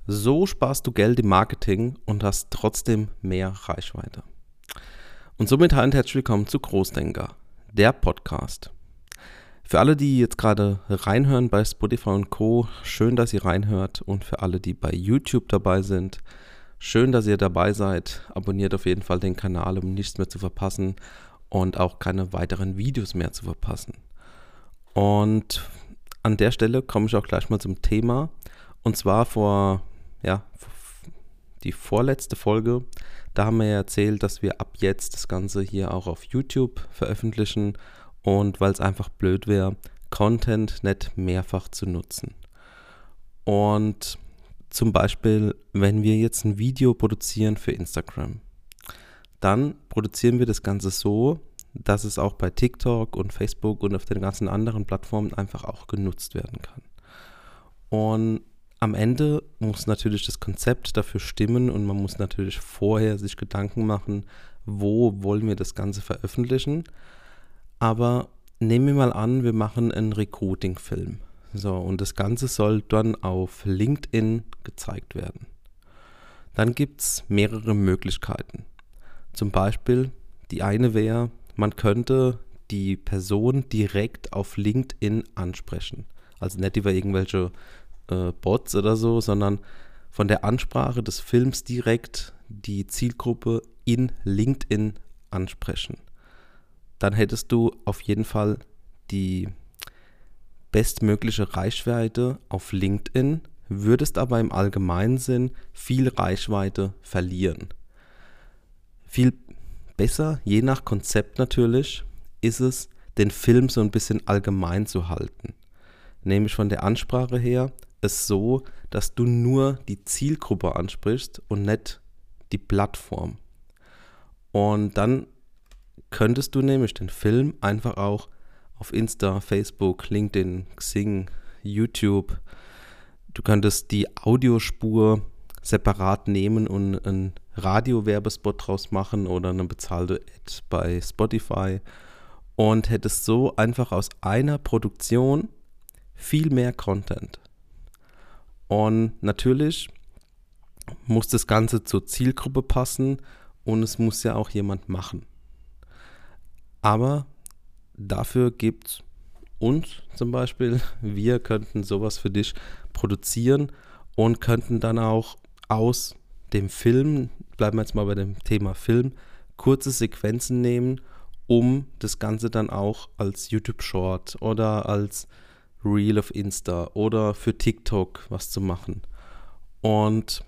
So sparst du Geld im Marketing und hast trotzdem mehr Reichweite. Und somit hallo und herzlich willkommen zu Großdenker, der Podcast. Für alle, die jetzt gerade reinhören bei Spotify und Co., schön, dass ihr reinhört. Und für alle, die bei YouTube dabei sind, schön, dass ihr dabei seid. Abonniert auf jeden Fall den Kanal, um nichts mehr zu verpassen und auch keine weiteren Videos mehr zu verpassen. Und an der Stelle komme ich auch gleich mal zum Thema. Und zwar die vorletzte Folge, da haben wir ja erzählt, dass wir ab jetzt das Ganze hier auch auf YouTube veröffentlichen und weil es einfach blöd wäre, Content nicht mehrfach zu nutzen. Und zum Beispiel, wenn wir jetzt ein Video produzieren für Instagram, dann produzieren wir das Ganze so, dass es auch bei TikTok und Facebook und auf den ganzen anderen Plattformen einfach auch genutzt werden kann. Und am Ende muss natürlich das Konzept dafür stimmen und man muss natürlich vorher sich Gedanken machen, wo wollen wir das Ganze veröffentlichen. Aber nehmen wir mal an, wir machen einen Recruiting-Film. So, und das Ganze soll dann auf LinkedIn gezeigt werden. Dann gibt es mehrere Möglichkeiten. Zum Beispiel, die eine wäre, man könnte die Person direkt auf LinkedIn ansprechen. Also nicht über irgendwelche Bots oder so, sondern von der Ansprache des Films direkt die Zielgruppe in LinkedIn ansprechen. Dann hättest du auf jeden Fall die bestmögliche Reichweite auf LinkedIn, würdest aber im allgemeinen Sinn viel Reichweite verlieren. Viel besser, je nach Konzept natürlich, ist es, den Film so ein bisschen allgemein zu halten. Nämlich von der Ansprache her ist so, dass du nur die Zielgruppe ansprichst und nicht die Plattform. Und dann könntest du nämlich den Film einfach auch auf Insta, Facebook, LinkedIn, Xing, YouTube, du könntest die Audiospur separat nehmen und einen Radio-Werbespot draus machen oder eine bezahlte Ad bei Spotify und hättest so einfach aus einer Produktion viel mehr Content. Und natürlich muss das Ganze zur Zielgruppe passen und es muss ja auch jemand machen. Aber dafür gibt es uns zum Beispiel, wir könnten sowas für dich produzieren und könnten dann auch aus dem Film, bleiben wir jetzt mal bei dem Thema Film, kurze Sequenzen nehmen, um das Ganze dann auch als YouTube-Short oder als Reel auf Insta oder für TikTok was zu machen. Und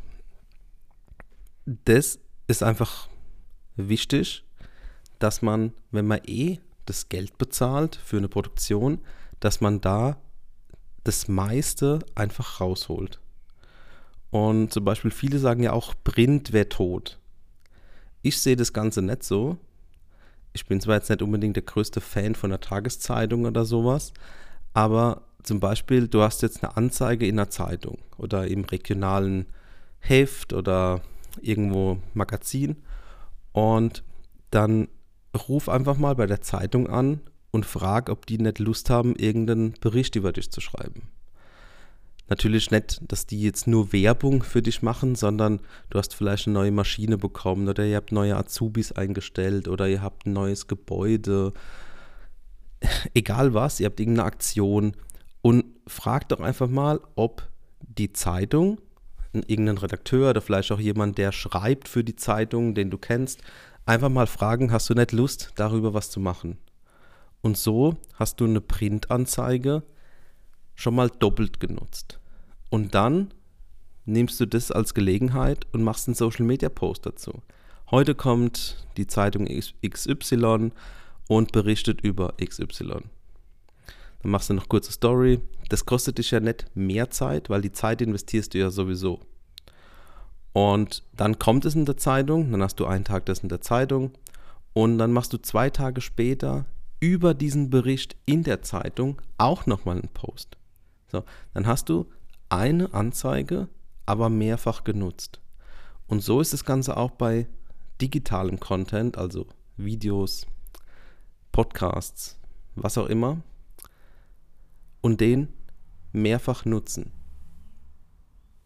das ist einfach wichtig, dass man, wenn man das Geld bezahlt für eine Produktion, dass man da das meiste einfach rausholt. Und zum Beispiel viele sagen ja auch, Print wäre tot. Ich sehe das Ganze nicht so. Ich bin zwar jetzt nicht unbedingt der größte Fan von der Tageszeitung oder sowas, aber zum Beispiel, du hast jetzt eine Anzeige in einer Zeitung oder im regionalen Heft oder irgendwo Magazin und dann ruf einfach mal bei der Zeitung an und frag, ob die nicht Lust haben, irgendeinen Bericht über dich zu schreiben. Natürlich nicht, dass die jetzt nur Werbung für dich machen, sondern du hast vielleicht eine neue Maschine bekommen oder ihr habt neue Azubis eingestellt oder ihr habt ein neues Gebäude. Egal was, ihr habt irgendeine Aktion und fragt doch einfach mal, ob die Zeitung, irgendein Redakteur oder vielleicht auch jemand, der schreibt für die Zeitung, den du kennst, einfach mal fragen, hast du nicht Lust, darüber was zu machen? Und so hast du eine Printanzeige schon mal doppelt genutzt. Und dann nimmst du das als Gelegenheit und machst einen Social-Media-Post dazu. Heute kommt die Zeitung XY und berichtet über XY. Dann machst du noch kurze Story. Das kostet dich ja nicht mehr Zeit, weil die Zeit investierst du ja sowieso. Und dann kommt es in der Zeitung, dann hast du einen Tag das in der Zeitung und dann machst du 2 Tage später über diesen Bericht in der Zeitung auch nochmal einen Post. So, dann hast du eine Anzeige, aber mehrfach genutzt. Und so ist das Ganze auch bei digitalem Content, also Videos, Podcasts, was auch immer, und den mehrfach nutzen.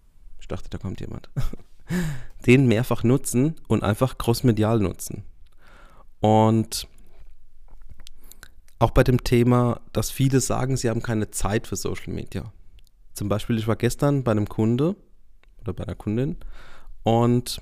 Ich dachte, da kommt jemand. Den mehrfach nutzen und einfach crossmedial nutzen. Und auch bei dem Thema, dass viele sagen, sie haben keine Zeit für Social Media. Zum Beispiel, ich war gestern bei einem Kunde oder bei einer Kundin und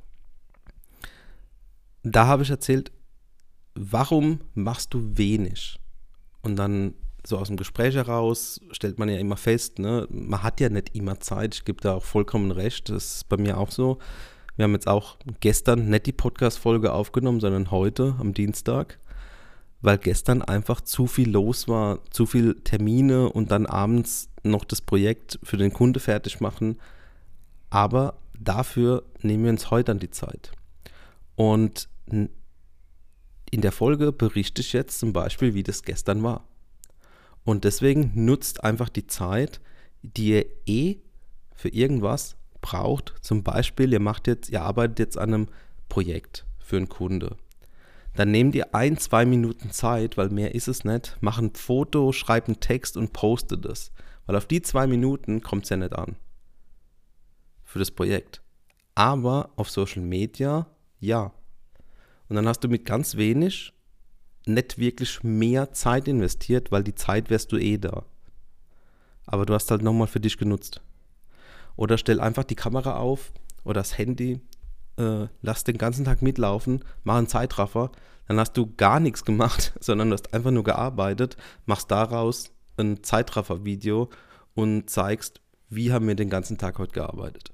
da habe ich erzählt, warum machst du wenig? Und dann so aus dem Gespräch heraus stellt man ja immer fest, ne, man hat ja nicht immer Zeit. Ich gebe da auch vollkommen recht. Das ist bei mir auch so. Wir haben jetzt auch gestern nicht die Podcast-Folge aufgenommen, sondern heute am Dienstag, weil gestern einfach zu viel los war, zu viel Termine und dann abends noch das Projekt für den Kunde fertig machen. Aber dafür nehmen wir uns heute an die Zeit. Und in der Folge berichte ich jetzt zum Beispiel, wie das gestern war. Und deswegen nutzt einfach die Zeit, die ihr für irgendwas braucht. Zum Beispiel, ihr arbeitet jetzt an einem Projekt für einen Kunde. Dann nehmt ihr 1-2 Minuten Zeit, weil mehr ist es nicht, macht ein Foto, schreibt einen Text und postet es. Weil auf die 2 Minuten kommt es ja nicht an. Für das Projekt. Aber auf Social Media, ja. Und dann hast du mit ganz wenig nicht wirklich mehr Zeit investiert, weil die Zeit wärst du eh da. Aber du hast halt nochmal für dich genutzt. Oder stell einfach die Kamera auf oder das Handy, lass den ganzen Tag mitlaufen, mach einen Zeitraffer, dann hast du gar nichts gemacht, sondern du hast einfach nur gearbeitet, machst daraus ein Zeitraffer-Video und zeigst, wie haben wir den ganzen Tag heute gearbeitet.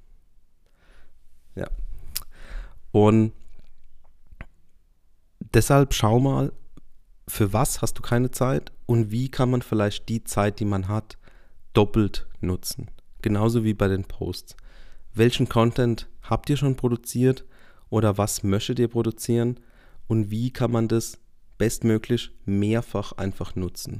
Ja. Und deshalb schau mal, für was hast du keine Zeit und wie kann man vielleicht die Zeit, die man hat, doppelt nutzen. Genauso wie bei den Posts. Welchen Content habt ihr schon produziert oder was möchtet ihr produzieren und wie kann man das bestmöglich mehrfach einfach nutzen?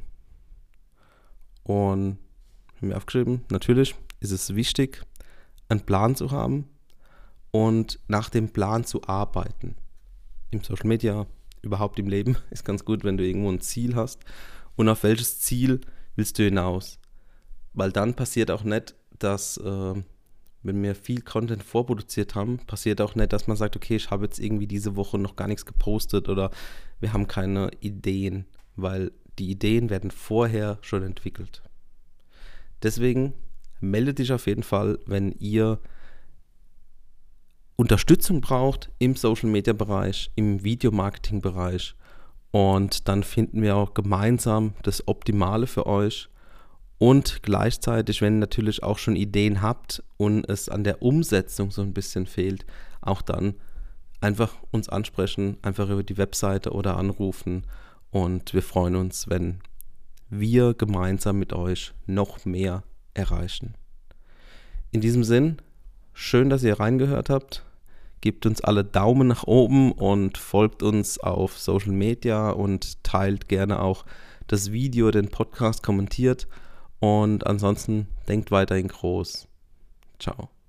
Und ich habe mir aufgeschrieben, natürlich ist es wichtig, einen Plan zu haben und nach dem Plan zu arbeiten. Im Social Media, überhaupt im Leben, ist ganz gut, wenn du irgendwo ein Ziel hast. Und auf welches Ziel willst du hinaus? Weil dann passiert auch nicht, dass, wenn wir viel Content vorproduziert haben, passiert auch nicht, dass man sagt, okay, ich habe jetzt irgendwie diese Woche noch gar nichts gepostet oder wir haben keine Ideen, weil die Ideen werden vorher schon entwickelt. Deswegen melde dich auf jeden Fall, wenn ihr Unterstützung braucht im Social-Media-Bereich, im Videomarketing-Bereich und dann finden wir auch gemeinsam das Optimale für euch und gleichzeitig, wenn ihr natürlich auch schon Ideen habt und es an der Umsetzung so ein bisschen fehlt, auch dann einfach uns ansprechen, einfach über die Webseite oder anrufen und wir freuen uns, wenn wir gemeinsam mit euch noch mehr erreichen. In diesem Sinn, schön, dass ihr reingehört habt. Gebt uns alle Daumen nach oben und folgt uns auf Social Media und teilt gerne auch das Video, den Podcast, kommentiert. Und ansonsten denkt weiterhin groß. Ciao.